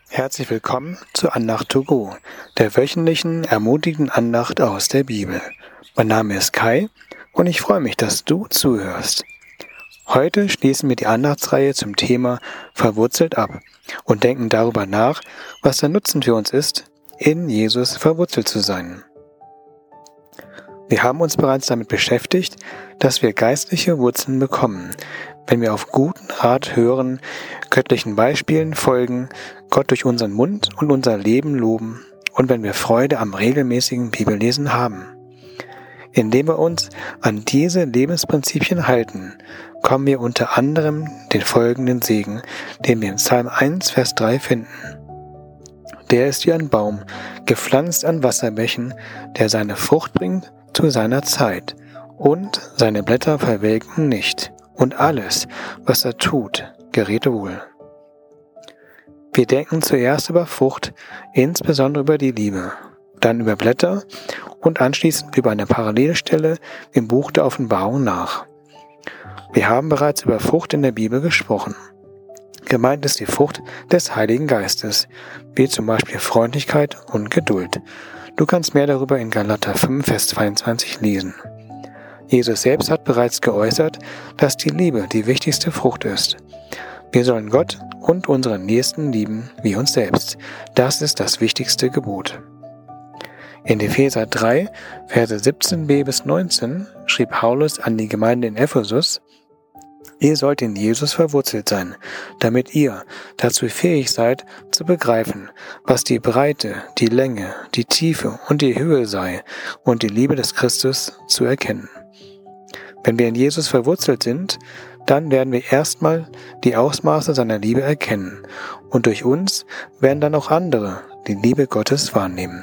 Herzlich willkommen zu Andacht to go, der wöchentlichen ermutigenden Andacht aus der Bibel. Mein Name ist Kai und ich freue mich, dass du zuhörst. Heute schließen wir die Andachtsreihe zum Thema Verwurzelt ab und denken darüber nach, was der Nutzen für uns ist, in Jesus verwurzelt zu sein. Wir haben uns bereits damit beschäftigt, dass wir geistliche Wurzeln bekommen, wenn wir auf guten Rat hören, göttlichen Beispielen folgen, Gott durch unseren Mund und unser Leben loben und wenn wir Freude am regelmäßigen Bibellesen haben. Indem wir uns an diese Lebensprinzipien halten, kommen wir unter anderem den folgenden Segen, den wir in Psalm 1, Vers 3 finden. Der ist wie ein Baum, gepflanzt an Wasserbächen, der seine Frucht bringt zu seiner Zeit, und seine Blätter verwelken nicht, und alles, was er tut, gerät wohl. Wir denken zuerst über Frucht, insbesondere über die Liebe, dann über Blätter und anschließend über eine Parallelstelle im Buch der Offenbarung nach. Wir haben bereits über Frucht in der Bibel gesprochen. Gemeint ist die Frucht des Heiligen Geistes, wie zum Beispiel Freundlichkeit und Geduld. Du kannst mehr darüber in Galater 5, Vers 22 lesen. Jesus selbst hat bereits geäußert, dass die Liebe die wichtigste Frucht ist. Wir sollen Gott und unseren Nächsten lieben wie uns selbst. Das ist das wichtigste Gebot. In Epheser 3, Verse 17b bis 19 schrieb Paulus an die Gemeinde in Ephesus: Ihr sollt in Jesus verwurzelt sein, damit ihr dazu fähig seid, zu begreifen, was die Breite, die Länge, die Tiefe und die Höhe sei und die Liebe des Christus zu erkennen. Wenn wir in Jesus verwurzelt sind, dann werden wir erstmal die Ausmaße seiner Liebe erkennen und durch uns werden dann auch andere die Liebe Gottes wahrnehmen.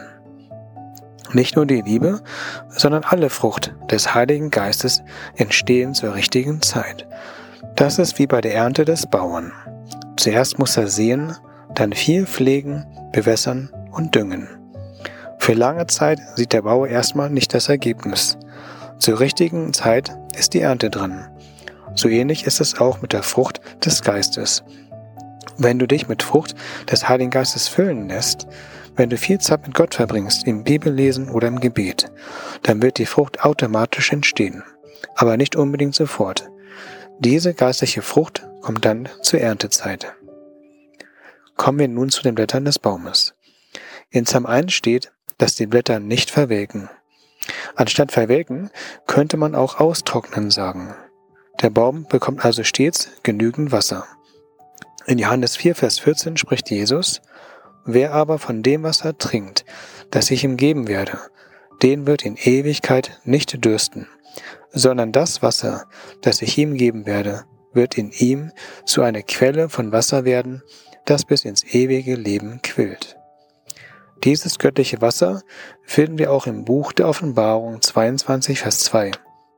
Nicht nur die Liebe, sondern alle Frucht des Heiligen Geistes entstehen zur richtigen Zeit. Das ist wie bei der Ernte des Bauern. Zuerst muss er säen, dann viel pflegen, bewässern und düngen. Für lange Zeit sieht der Bauer erstmal nicht das Ergebnis. Zur richtigen Zeit ist die Ernte dran. So ähnlich ist es auch mit der Frucht des Geistes. Wenn du dich mit Frucht des Heiligen Geistes füllen lässt, wenn du viel Zeit mit Gott verbringst, im Bibellesen oder im Gebet, dann wird die Frucht automatisch entstehen, aber nicht unbedingt sofort. Diese geistliche Frucht kommt dann zur Erntezeit. Kommen wir nun zu den Blättern des Baumes. In Psalm 1 steht, dass die Blätter nicht verwelken. Anstatt verwelken könnte man auch austrocknen sagen. Der Baum bekommt also stets genügend Wasser. In Johannes 4, Vers 14 spricht Jesus: Wer aber von dem Wasser trinkt, das ich ihm geben werde, den wird in Ewigkeit nicht dürsten, sondern das Wasser, das ich ihm geben werde, wird in ihm zu einer Quelle von Wasser werden, das bis ins ewige Leben quillt. Dieses göttliche Wasser finden wir auch im Buch der Offenbarung 22, Vers 2.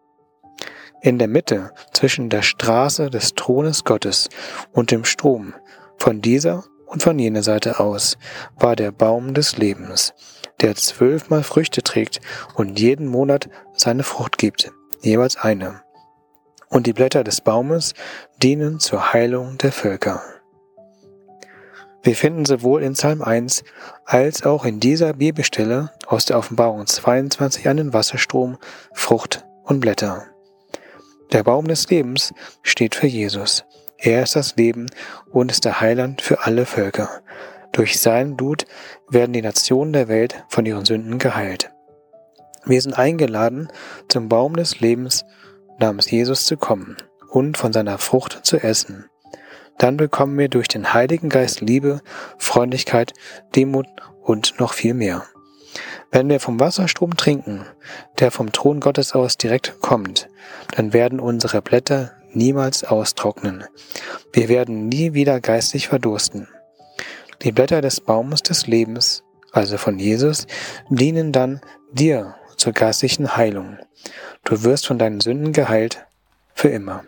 In der Mitte zwischen der Straße des Thrones Gottes und dem Strom, von dieser und von jener Seite aus, war der Baum des Lebens, der 12-mal Früchte trägt und jeden Monat seine Frucht gibt, jeweils eine. Und die Blätter des Baumes dienen zur Heilung der Völker. Wir finden sowohl in Psalm 1 als auch in dieser Bibelstelle aus der Offenbarung 22 einen Wasserstrom, Frucht und Blätter. Der Baum des Lebens steht für Jesus. Er ist das Leben und ist der Heiland für alle Völker. Durch sein Blut werden die Nationen der Welt von ihren Sünden geheilt. Wir sind eingeladen, zum Baum des Lebens namens Jesus zu kommen und von seiner Frucht zu essen. Dann bekommen wir durch den Heiligen Geist Liebe, Freundlichkeit, Demut und noch viel mehr. Wenn wir vom Wasserstrom trinken, der vom Thron Gottes aus direkt kommt, dann werden unsere Blätter niemals austrocknen. Wir werden nie wieder geistig verdursten. Die Blätter des Baumes des Lebens, also von Jesus, dienen dann dir zur geistlichen Heilung. Du wirst von deinen Sünden geheilt, für immer.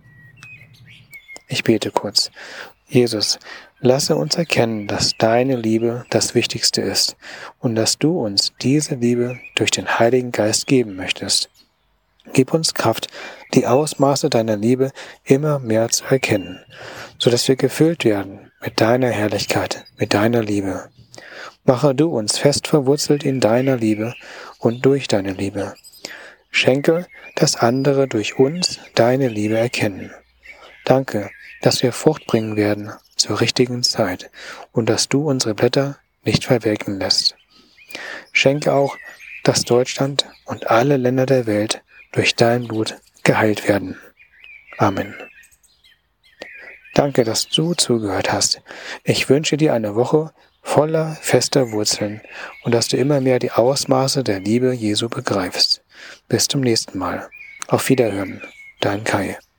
Ich bete kurz. Jesus, lasse uns erkennen, dass deine Liebe das Wichtigste ist und dass du uns diese Liebe durch den Heiligen Geist geben möchtest. Gib uns Kraft, die Ausmaße deiner Liebe immer mehr zu erkennen, sodass wir gefüllt werden mit deiner Herrlichkeit, mit deiner Liebe. Mache du uns fest verwurzelt in deiner Liebe und durch deine Liebe. Schenke, dass andere durch uns deine Liebe erkennen. Danke, dass wir Frucht bringen werden zur richtigen Zeit und dass du unsere Blätter nicht verwelken lässt. Schenke auch, dass Deutschland und alle Länder der Welt durch dein Blut geheilt werden. Amen. Danke, dass du zugehört hast. Ich wünsche dir eine Woche voller fester Wurzeln und dass du immer mehr die Ausmaße der Liebe Jesu begreifst. Bis zum nächsten Mal. Auf Wiederhören. Dein Kai.